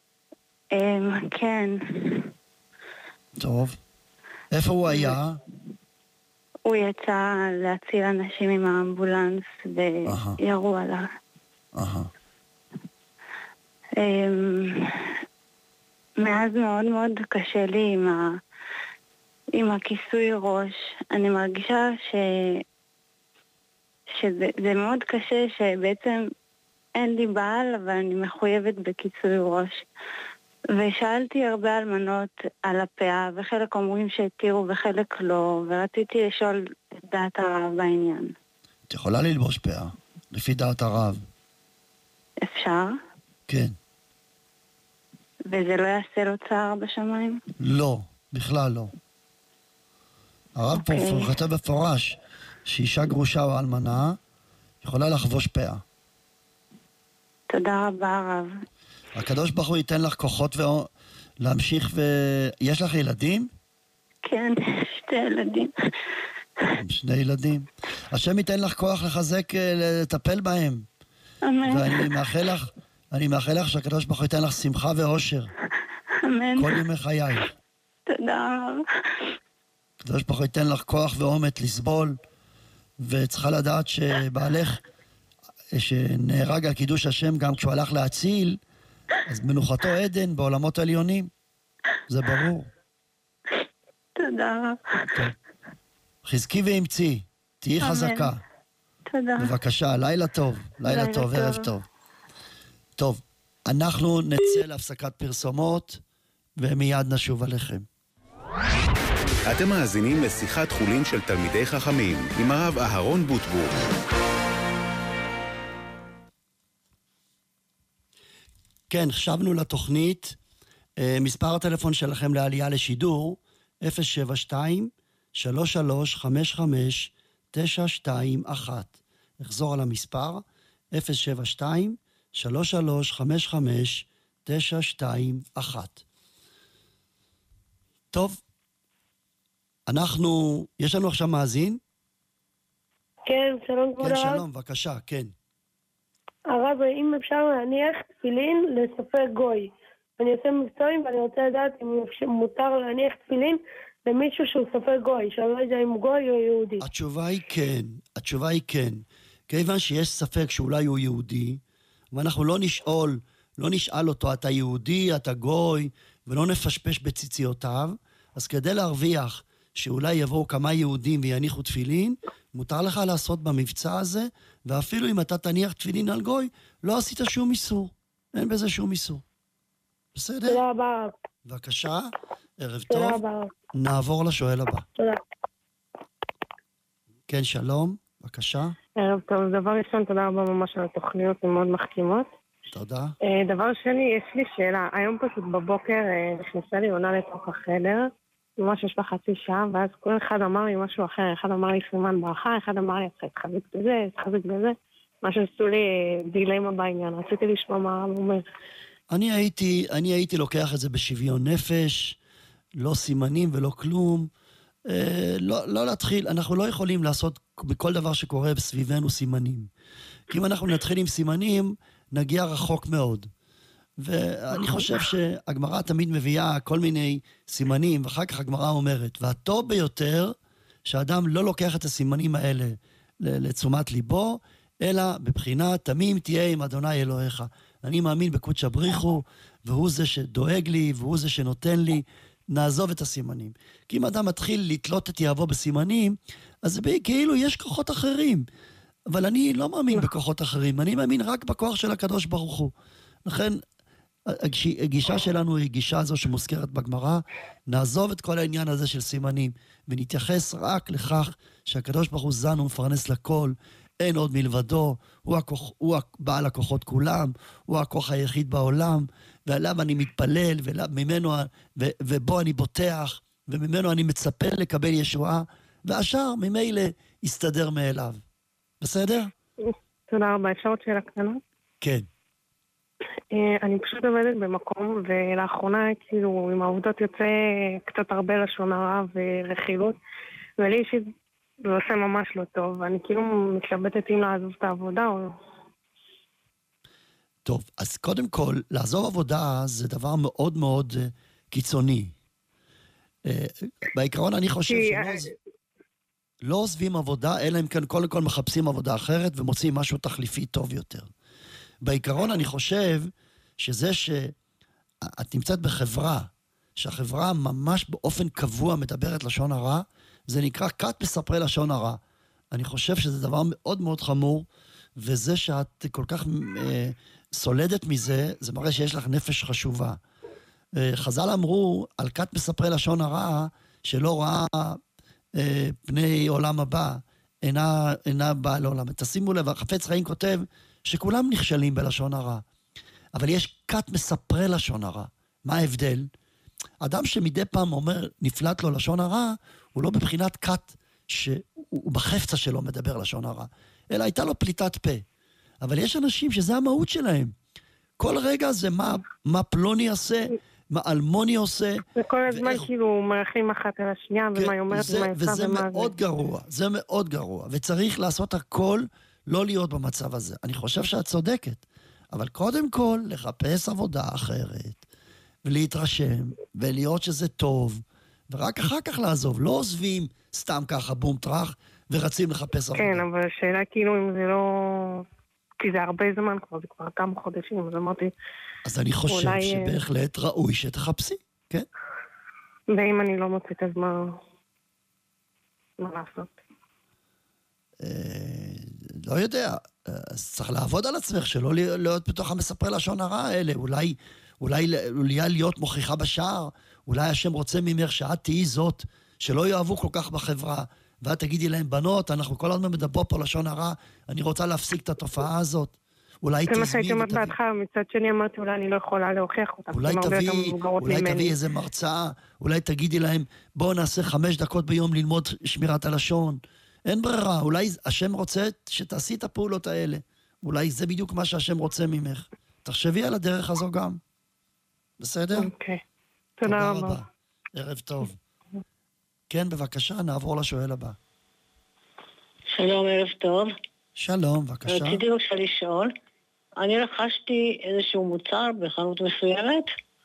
כן. טוב. איפה הוא היה? הוא יצא להציל אנשים עם האמבולנס וירו עליו. אהה. מאז מאוד מאוד קשה לי עם, ה... עם הכיסוי ראש. אני מרגישה ש... שזה מאוד קשה שבעצם אין לי בעל, אבל אני מחויבת בכיסוי ראש. ושאלתי הרבה אלמנות על הפאה, וחלק אומרים שהתירו וחלק לא, ורציתי לשאול את דעת הרב בעניין. את יכולה ללבוש פאה, לפי דעת הרב. אפשר? כן. וזה לא יעשה לו צער בשמיים? לא, בכלל לא. הרב okay. פה כתב בפורש שאישה גרושה או אלמנה יכולה לחבוש פאה. תודה רבה הרב. הקדוש ברוך הוא ייתן לך כוחות ו... להמשיך ו... יש לך ילדים? כן, שתי ילדים. שני ילדים. השם ייתן לך כוח לחזק, לטפל בהם. אמן. ואני מאחל לך, אני מאחל לך שהקדוש ברוך הוא ייתן לך שמחה ואושר. אמן. כל ימי חייך. תודה רב. הקדוש ברוך הוא ייתן לך כוח ואומץ לסבול, וצריכה לדעת שבעלך, שנהרג על קידוש השם גם כשהוא הלך להציל, אז מנוחתו עדן בעולמות עליונים. זה ברור. תודה. טוב. חזקי ואמצי, תהיי חזקה. תודה. בבקשה, לילה טוב. לילה טוב, ערב טוב. טוב, אנחנו נצא להפסקת פרסומות, ומיד נשוב עליכם. אתם מאזינים לשיחת חולין של תלמידי חכמים, עם הרב אהרון בוטבור. כן, חשבנו לתוכנית, מספר הטלפון שלכם לעלייה לשידור, אפס שבע שתיים שלוש שלוש חמש חמש תשע שתיים אחת. אחזור על המספר, אפס שבע שתיים שלוש שלוש חמש חמש תשע שתיים אחת. טוב, אנחנו, יש לנו עכשיו מאזין? כן, שלום כבוד כן, הרב. שלום, בבקשה, כן. הרב, אם אפשר להניח תפילין לספק גוי. אני עושה מקצועים ואני רוצה לדעת אם מותר להניח תפילין למישהו שהוא ספק גוי, שאני לא יודע אם הוא גוי או יהודי. התשובה היא כן, התשובה היא כן. כיוון שיש ספק שאולי הוא יהודי, ואנחנו לא נשאול, לא נשאל אותו, אתה יהודי, אתה גוי, ולא נפשפש בציציותיו, אז כדי להרוויח שאולי יבואו כמה יהודים ויניחו תפילין, מותר לך לעשות במבצע הזה, ואפילו אם אתה תניח תפילין על גוי, לא עשית שום איסור. אין בזה שום איסור. בסדר? תודה רבה. בבקשה, ערב תודה טוב. רבה. נעבור לשואל הבא. תודה. כן, שלום, בבקשה. ערב טוב, דבר ראשון, תודה רבה ממש על התוכניות, הן מאוד מחכימות. תודה. דבר שני, יש לי שאלה. היום פשוט בבוקר נכנסה לי עונה לתוך החדר, ממש יש לה חצי שעה, ואז כל אחד אמר לי משהו אחר. אחד אמר לי סימן ברכה, אחד אמר לי, תחזק בזה, תחזק בזה. מה שעשו לי דילמה בעניין. רציתי לשמוע מה הוא אומר. אני הייתי, אני הייתי לוקח את זה בשוויון נפש, לא סימנים ולא כלום. אה, לא, לא להתחיל, אנחנו לא יכולים לעשות בכל דבר שקורה סביבנו סימנים. כי אם אנחנו נתחיל עם סימנים, נגיע רחוק מאוד. ואני חושב שהגמרא תמיד מביאה כל מיני סימנים, ואחר כך הגמרא אומרת, והטוב ביותר, שאדם לא לוקח את הסימנים האלה לתשומת ליבו, אלא בבחינה תמים תהיה עם אדוני אלוהיך. אני מאמין בקודש הבריחו, והוא זה שדואג לי, והוא זה שנותן לי, נעזוב את הסימנים. כי אם אדם מתחיל לתלות את יהבו בסימנים, אז כאילו יש כוחות אחרים. אבל אני לא מאמין בכוחות אחרים, אני מאמין רק בכוח של הקדוש ברוך הוא. לכן, הגישה שלנו היא גישה הזו שמוזכרת בגמרא, נעזוב את כל העניין הזה של סימנים, ונתייחס רק לכך שהקדוש ברוך הוא זן ומפרנס לכל, אין עוד מלבדו, הוא, הכוח, הוא בעל הכוחות כולם, הוא הכוח היחיד בעולם, ועליו אני מתפלל, וממנו, ו, ובו אני בוטח, וממנו אני מצפה לקבל ישועה, והשאר ממילא יסתדר מאליו. בסדר? תודה רבה. אפשר עוד שאלה קטנה? כן. אני פשוט עובדת במקום, ולאחרונה כאילו עם העובדות יוצא קצת הרבה לשון הרע ורכילות, ולי אישית זה עושה ממש לא טוב, ואני כאילו מתלבטת אם לעזוב את העבודה או... טוב, אז קודם כל, לעזוב עבודה זה דבר מאוד מאוד קיצוני. בעיקרון אני חושב שלא לא עוזבים עבודה, אלא אם כן קודם כל מחפשים עבודה אחרת ומוצאים משהו תחליפי טוב יותר. בעיקרון אני חושב שזה שאת נמצאת בחברה, שהחברה ממש באופן קבוע מדברת לשון הרע, זה נקרא כת מספרי לשון הרע. אני חושב שזה דבר מאוד מאוד חמור, וזה שאת כל כך אה, סולדת מזה, זה מראה שיש לך נפש חשובה. אה, חז"ל אמרו על כת מספרי לשון הרע, שלא ראה אה, פני עולם הבא, אינה, אינה באה לעולם. תשימו לב, החפץ חיים כותב שכולם נכשלים בלשון הרע. אבל יש כת מספרי לשון הרע. מה ההבדל? אדם שמדי פעם אומר, נפלט לו לשון הרע, הוא לא בבחינת כת שהוא בחפצה שלו מדבר לשון הרע, אלא הייתה לו פליטת פה. אבל יש אנשים שזה המהות שלהם. כל רגע זה מה, מה פלוני עושה, מה אלמוני עושה. וכל הזמן ואיך... כאילו מרחים אחת על השנייה, כן, ומה היא אומרת, ומה היא עושה, ומה זה. וזה מאוד גרוע, זה מאוד גרוע. וצריך לעשות הכל, לא להיות במצב הזה. אני חושב שאת צודקת. אבל קודם כל, לחפש עבודה אחרת, ולהתרשם, ולראות שזה טוב, ורק אחר כך לעזוב. לא עוזבים סתם ככה בום טרח, ורצים לחפש עבודה. כן, אבל השאלה כאילו אם זה לא... כי זה הרבה זמן כבר, זה כבר כמה חודשים, אז אמרתי... אז אני חושב אולי... שבהחלט ראוי שתחפשי, כן? ואם אני לא מוצאת, אז מה... מה לעשות? לא יודע, אז צריך לעבוד על עצמך, שלא להיות בתוך המספרי לשון הרע האלה, אולי, אולי, אולי להיות מוכיחה בשער, אולי השם רוצה ממך שאת תהי זאת, שלא יאהבו כל כך בחברה, ואת תגידי להם, בנות, אנחנו כל הזמן מדבר פה לשון הרע, אני רוצה להפסיק את התופעה הזאת. אולי תזמי... זה מה שהייתי אומרת בהתחלה, מצד שני אמרתי, אולי אני לא יכולה להוכיח אותם. אולי תביא, אולי תביא איזה מרצאה, אולי תגידי להם, בואו נעשה חמש דקות ביום ללמוד שמירת הלשון. אין ברירה, אולי השם רוצה שתעשי את הפעולות האלה. אולי זה בדיוק מה שהשם רוצה ממך. תחשבי על הדרך הזו גם. בסדר? אוקיי. תודה רבה. ערב טוב. כן, בבקשה, נעבור לשואל הבא. שלום, ערב טוב. שלום, בבקשה. רציתי בבקשה לשאול, אני רכשתי איזשהו מוצר בחנות מסוימת,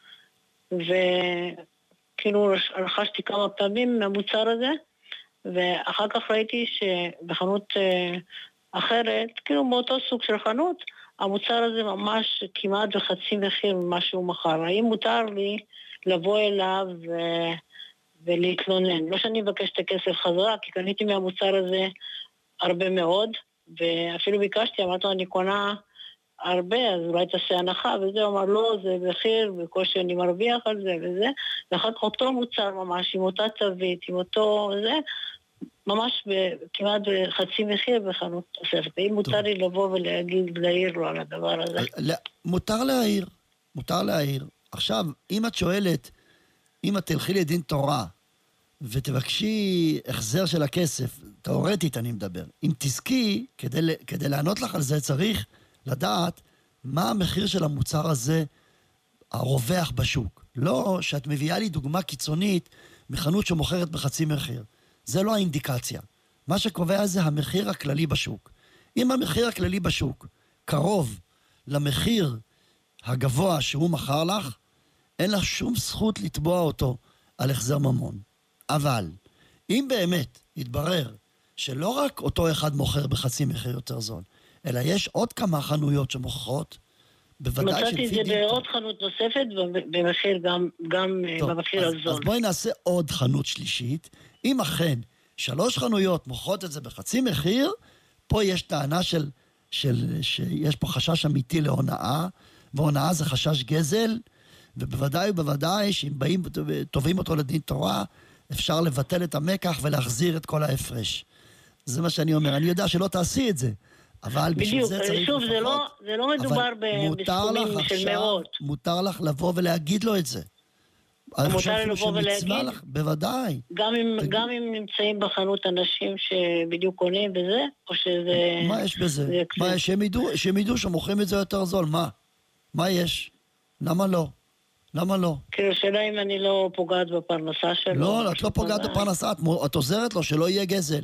וכאילו רכשתי כמה פעמים מהמוצר הזה, ואחר כך ראיתי שבחנות אחרת, כאילו באותו סוג של חנות, המוצר הזה ממש כמעט בחצי מחיר ממה שהוא מכר. האם מותר לי לבוא אליו ו... ולהתלונן? לא שאני מבקש את הכסף חזרה, כי קניתי מהמוצר הזה הרבה מאוד, ואפילו ביקשתי, אמרתי, אני קונה הרבה, אז אולי תעשה הנחה, וזה אמר, לא, זה מחיר, בקושי אני מרוויח על זה וזה, ואחר כך אותו מוצר ממש, עם אותה צווית, עם אותו זה, ממש כמעט בחצי מחיר בחנות נוספת. האם מותר לי לבוא ולהגיד, להעיר לו על הדבר הזה? מותר להעיר, מותר להעיר. עכשיו, אם את שואלת, אם את תלכי לדין תורה, ותבקשי החזר של הכסף, תיאורטית אני מדבר, אם תזכי, כדי, כדי לענות לך על זה, צריך לדעת מה המחיר של המוצר הזה הרווח בשוק. לא שאת מביאה לי דוגמה קיצונית מחנות שמוכרת בחצי מחיר. זה לא האינדיקציה. מה שקובע זה המחיר הכללי בשוק. אם המחיר הכללי בשוק קרוב למחיר הגבוה שהוא מכר לך, אין לך שום זכות לתבוע אותו על החזר ממון. אבל אם באמת יתברר שלא רק אותו אחד מוכר בחצי מחיר יותר זול, אלא יש עוד כמה חנויות שמוכרות, בוודאי מצאתי את זה בעוד חנות נוספת, במחיר גם, גם במחיר הזול. אז בואי נעשה עוד חנות שלישית. אם אכן שלוש חנויות מוכרות את זה בחצי מחיר, פה יש טענה של, של, שיש פה חשש אמיתי להונאה, והונאה זה חשש גזל, ובוודאי ובוודאי שאם באים טובים אותו לדין תורה, אפשר לבטל את המקח ולהחזיר את כל ההפרש. זה מה שאני אומר. אני יודע שלא תעשי את זה, אבל בשביל זה צריך לפחות... שוב, זה לא, זה לא מדובר בסכומים של מאות. מותר לך לבוא ולהגיד לו את זה. מותר לבוא ולהגיד? לך, בוודאי. גם אם, תגיד... גם אם נמצאים בחנות אנשים שבדיוק קונים בזה, או שזה... מה יש בזה? זה מה יש? שהם ידעו, שהם ידעו שמוכרים את זה יותר זול. מה? מה יש? למה לא? למה לא? כאילו, שאלה אם אני לא פוגעת בפרנסה שלו. לא, את לא פוגעת בפרנסה, את, את עוזרת לו שלא יהיה גזל.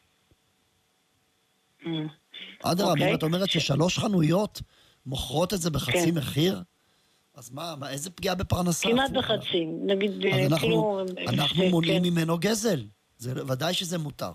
אדרבה, אם את אומרת ששלוש חנויות מוכרות את זה בחצי מחיר, אז מה, איזה פגיעה בפרנסה? כמעט בחצי, נגיד, כאילו... אנחנו מונעים ממנו גזל, ודאי שזה מותר.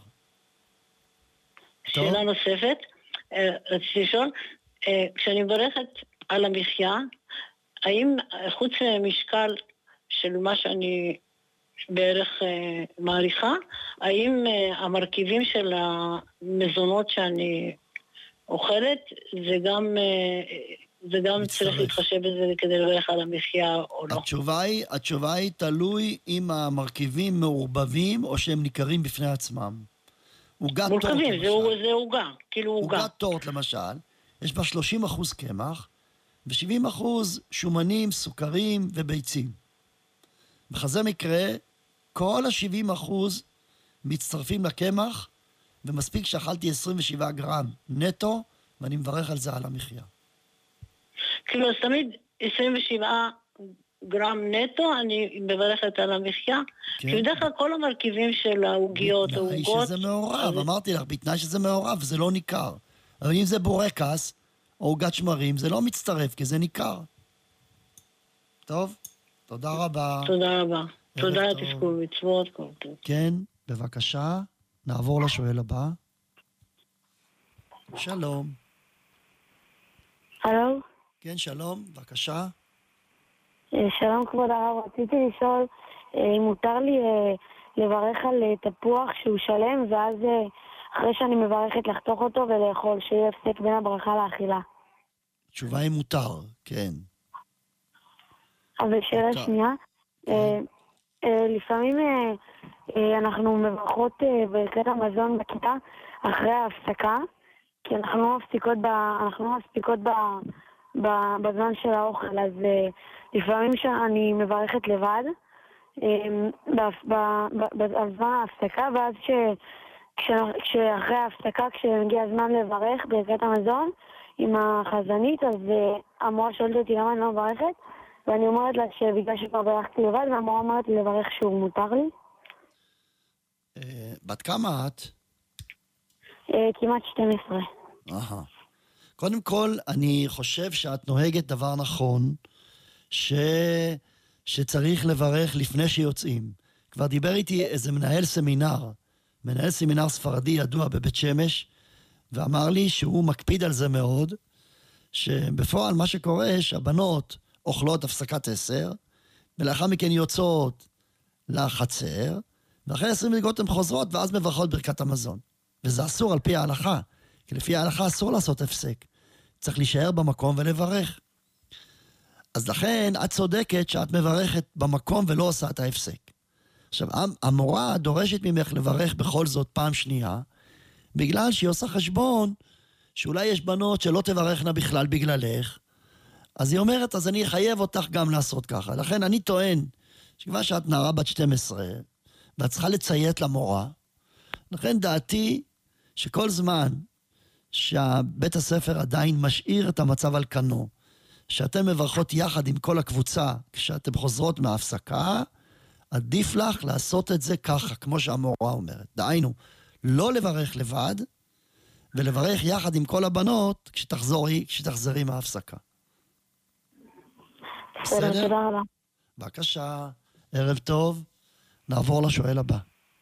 שאלה נוספת, רציתי לשאול, כשאני מברכת על המחיה, האם חוץ ממשקל של מה שאני בערך מעריכה, האם המרכיבים של המזונות שאני אוכלת, זה גם, זה גם צריך להתחשב בזה כדי לברך על המחיה או לא? התשובה היא, התשובה היא תלוי אם המרכיבים מעורבבים או שהם ניכרים בפני עצמם. מורכבים, זה עוגה, כאילו עוגה. עוגת טורט למשל, יש בה שלושים אחוז קמח, ו-שבעים אחוז שומנים, סוכרים וביצים. בכזה מקרה, כל ה-שבעים אחוז מצטרפים לקמח, ומספיק שאכלתי עשרים ושבעה גרם נטו, ואני מברך על זה על המחיה. כאילו, אז תמיד עשרים ושבעה גרם נטו, אני מברכת על המחיה. כן. כי בדרך כלל כל המרכיבים של העוגיות, העוגות... בתנאי שזה מעורב, אז... אמרתי לך, בתנאי שזה מעורב, זה לא ניכר. אבל אם זה בורקס, או עוגת שמרים, זה לא מצטרף, כי זה ניכר. טוב? תודה רבה. תודה רבה. תודה, תזכו מצוות, כל טוב. כן, בבקשה. נעבור לשואל הבא. שלום. הלו? כן, שלום, בבקשה. שלום כבוד הרב, רציתי לשאול אם מותר לי לברך על תפוח שהוא שלם, ואז אחרי שאני מברכת לחתוך אותו ולאכול, שיהיה הפסק בין הברכה לאכילה. תשובה היא מותר, כן. אבל שאלה שנייה, לפעמים אנחנו מברכות ברכת המזון בכיתה אחרי ההפסקה, כי אנחנו לא מפסיקות ב... אנחנו לא מפסיקות ב... ב... בזמן של האוכל, אז לפעמים שאני מברכת לבד בזמן ההפסקה, ואז ש... כש... כשאחרי ההפסקה, כשמגיע הזמן לברך ברכת המזון עם החזנית, אז המורה שואלת אותי למה אני לא מברכת, ואני אומרת לה שבגלל שכבר ברכתי לבד, והמורה אומרת לי לברך שהוא מותר לי. בת כמה את? כמעט שתים עשרה. אהה. קודם כל, אני חושב שאת נוהגת דבר נכון, ש... שצריך לברך לפני שיוצאים. כבר דיבר איתי איזה מנהל סמינר, מנהל סמינר ספרדי ידוע בבית שמש, ואמר לי שהוא מקפיד על זה מאוד, שבפועל מה שקורה, שהבנות אוכלות הפסקת עשר, ולאחר מכן יוצאות לחצר, ואחרי עשרים דקות הן חוזרות, ואז מברכות ברכת המזון. וזה אסור על פי ההלכה, כי לפי ההלכה אסור לעשות הפסק. צריך להישאר במקום ולברך. אז לכן את צודקת שאת מברכת במקום ולא עושה את ההפסק. עכשיו, המורה דורשת ממך לברך בכל זאת פעם שנייה, בגלל שהיא עושה חשבון שאולי יש בנות שלא תברכנה בכלל בגללך, אז היא אומרת, אז אני אחייב אותך גם לעשות ככה. לכן אני טוען, שכבר שאת נערה בת שתים עשרה, ואת צריכה לציית למורה, לכן דעתי שכל זמן שהבית הספר עדיין משאיר את המצב על כנו, שאתם מברכות יחד עם כל הקבוצה, כשאתם חוזרות מההפסקה, עדיף לך לעשות את זה ככה, כמו שהמורה אומרת. דהיינו, לא לברך לבד, ולברך יחד עם כל הבנות, כשתחזרי, כשתחזרי מההפסקה. בסדר? תודה רבה. בבקשה, ערב טוב. נעבור לשואל הבא.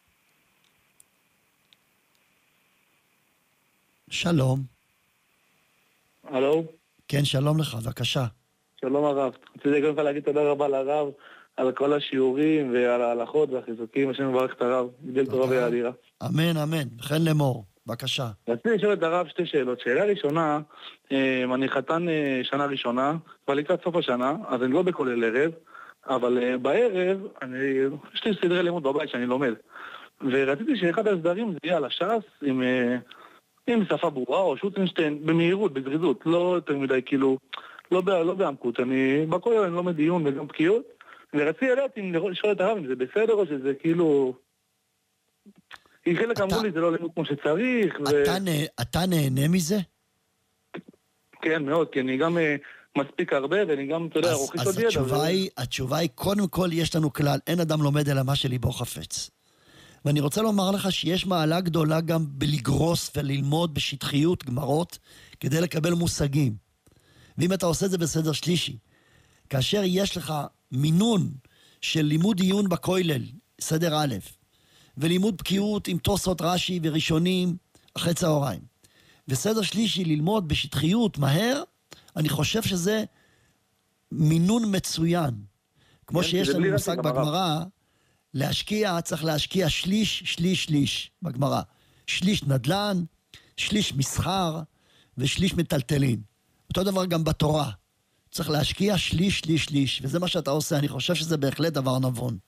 שלום. הלו? כן, שלום לך, בבקשה. שלום הרב. רציתי גם להגיד תודה רבה לרב על כל השיעורים ועל ההלכות והחיזוקים. השם מברך את הרב, גדל תורה ויאדירה. אמן, אמן. וכן לאמור. בבקשה. רציתי לשאול את הרב שתי שאלות. שאלה ראשונה, אני חתן שנה ראשונה, כבר לקראת סוף השנה, אז אני לא בכולל ערב, אבל בערב, אני, יש לי סדרי לימוד בבית שאני לומד. ורציתי שאחד הסדרים זה יהיה על הש"ס עם, עם שפה ברורה או שוטנשטיין, במהירות, בזריזות, לא יותר מדי כאילו, לא, לא בעמקות. אני בכולל אני לומד דיון וגם בקיאות, ורציתי לדעת אם לשאול את הרב אם זה בסדר או שזה כאילו... כי חלק אמרו לי זה לא לימוד כמו שצריך. אתה נהנה מזה? כן, מאוד, כי אני גם מספיק הרבה, ואני גם, אתה יודע, רוכש עוד ידע. אז התשובה היא, קודם כל יש לנו כלל, אין אדם לומד אלא מה שליבו חפץ. ואני רוצה לומר לך שיש מעלה גדולה גם בלגרוס וללמוד בשטחיות גמרות, כדי לקבל מושגים. ואם אתה עושה את זה בסדר שלישי, כאשר יש לך מינון של לימוד עיון בכולל, סדר א', ולימוד בקיאות עם תוספות רש"י וראשונים אחרי צהריים, וסדר שלישי ללמוד בשטחיות מהר, אני חושב שזה מינון מצוין. כמו שיש לנו מושג בגמרא, להשקיע, צריך להשקיע שליש, שליש, שליש בגמרא. שליש נדל"ן, שליש מסחר ושליש מטלטלין. אותו דבר גם בתורה. צריך להשקיע שליש, שליש, שליש, וזה מה שאתה עושה. אני חושב שזה בהחלט דבר נבון.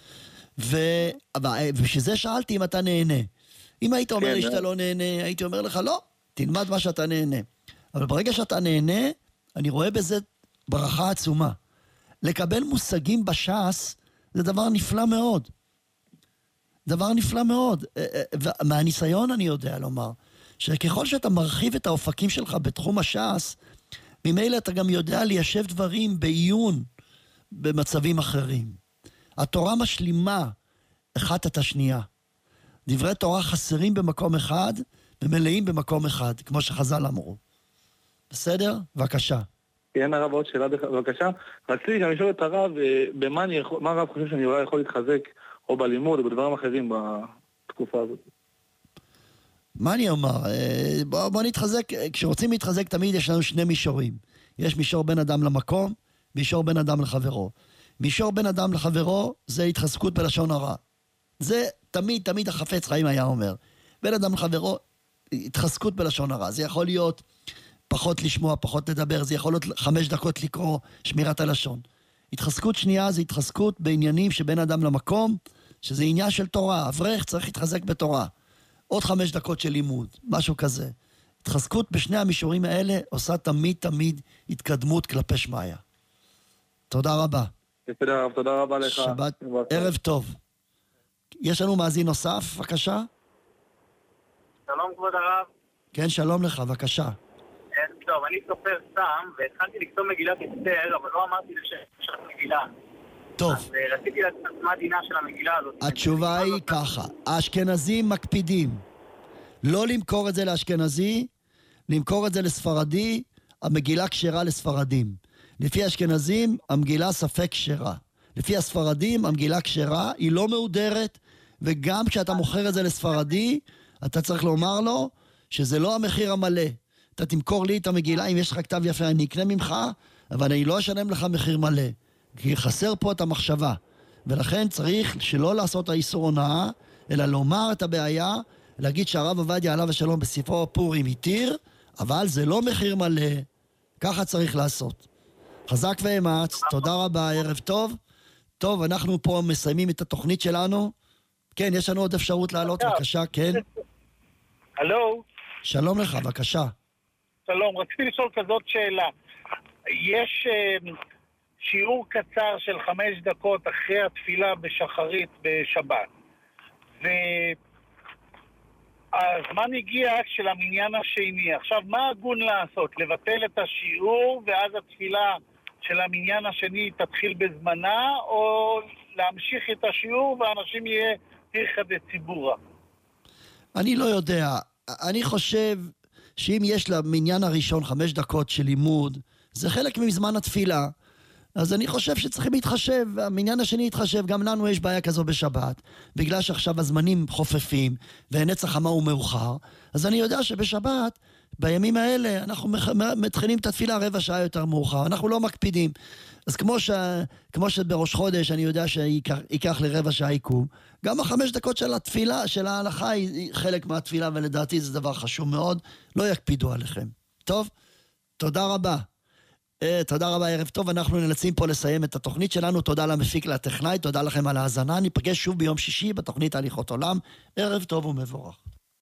ובשביל שאלתי אם אתה נהנה. אם היית אומר לי שאתה לא נהנה, הייתי אומר לך לא, תלמד מה שאתה נהנה. אבל ברגע שאתה נהנה, אני רואה בזה ברכה עצומה. לקבל מושגים בש"ס זה דבר נפלא מאוד. דבר נפלא מאוד. מהניסיון אני יודע לומר, שככל שאתה מרחיב את האופקים שלך בתחום הש"ס, ממילא אתה גם יודע ליישב דברים בעיון במצבים אחרים. התורה משלימה אחת את השנייה. דברי תורה חסרים במקום אחד ומלאים במקום אחד, כמו שחז"ל אמרו. בסדר? בבקשה. כן, הרב, עוד שאלה בבקשה. רציתי גם לשאול את הרב, במה אני יכול, מה הרב חושב שאני אולי יכול להתחזק, או בלימוד, או בדברים אחרים בתקופה הזאת? מה אני אומר? בוא, בוא נתחזק, כשרוצים להתחזק תמיד יש לנו שני מישורים. יש מישור בין אדם למקום, מישור בין אדם לחברו. מישור בין אדם לחברו זה התחזקות בלשון הרע. זה תמיד, תמיד החפץ חיים היה אומר. בין אדם לחברו, התחזקות בלשון הרע. זה יכול להיות פחות לשמוע, פחות לדבר, זה יכול להיות חמש דקות לקרוא שמירת הלשון. התחזקות שנייה זה התחזקות בעניינים שבין אדם למקום, שזה עניין של תורה. אברך צריך להתחזק בתורה. עוד חמש דקות של לימוד, משהו כזה. התחזקות בשני המישורים האלה עושה תמיד תמיד התקדמות כלפי שמעיה. תודה רבה. תודה רב, תודה רבה לך. שבת, ערב טוב. יש לנו מאזין נוסף, בבקשה? שלום כבוד הרב. כן, שלום לך, בבקשה. טוב, אני סופר סתם, והתחלתי לכתוב מגילת אסתר, אבל לא אמרתי לשם מגילה. טוב. אז רציתי לדעת מה הדינה של המגילה הזאת. התשובה היא ככה, האשכנזים מקפידים לא למכור את זה לאשכנזי, למכור את זה לספרדי, המגילה כשרה לספרדים. לפי האשכנזים, המגילה ספק כשרה. לפי הספרדים, המגילה כשרה, היא לא מהודרת, וגם כשאתה מוכר את זה לספרדי, אתה צריך לומר לו שזה לא המחיר המלא. אתה תמכור לי את המגילה, אם יש לך כתב יפה, אני אקנה ממך, אבל אני לא אשלם לך מחיר מלא. כי חסר פה את המחשבה. ולכן צריך שלא לעשות האיסור הונאה, אלא לומר את הבעיה, להגיד שהרב עובדיה עליו השלום בספרו פורים התיר, אבל זה לא מחיר מלא. ככה צריך לעשות. חזק ואמץ, תודה רבה, ערב טוב. טוב, אנחנו פה מסיימים את התוכנית שלנו. כן, יש לנו עוד אפשרות לעלות, בבקשה, כן. הלו. שלום לך, בבקשה. שלום, רציתי לשאול כזאת שאלה. יש uh, שיעור קצר של חמש דקות אחרי התפילה בשחרית בשבת. והזמן הגיע של המניין השני. עכשיו, מה הגון לעשות? לבטל את השיעור ואז התפילה של המניין השני תתחיל בזמנה, או להמשיך את השיעור ואנשים יהיה תירחא דציבורא? אני לא יודע. אני חושב שאם יש למניין הראשון חמש דקות של לימוד, זה חלק מזמן התפילה. אז אני חושב שצריכים להתחשב, המניין השני יתחשב, גם לנו יש בעיה כזו בשבת, בגלל שעכשיו הזמנים חופפים, ונצח חמה ומאוחר, אז אני יודע שבשבת, בימים האלה, אנחנו מתחילים את התפילה רבע שעה יותר מאוחר, אנחנו לא מקפידים. אז כמו, ש... כמו שבראש חודש אני יודע שיקח לרבע שעה עיכוב, גם החמש דקות של התפילה, של ההלכה, היא חלק מהתפילה, ולדעתי זה דבר חשוב מאוד, לא יקפידו עליכם. טוב? תודה רבה. Uh, תודה רבה, ערב טוב. אנחנו נאלצים פה לסיים את התוכנית שלנו. תודה למפיק לטכנאי, תודה לכם על ההאזנה. ניפגש שוב ביום שישי בתוכנית הליכות עולם. ערב טוב ומבורך.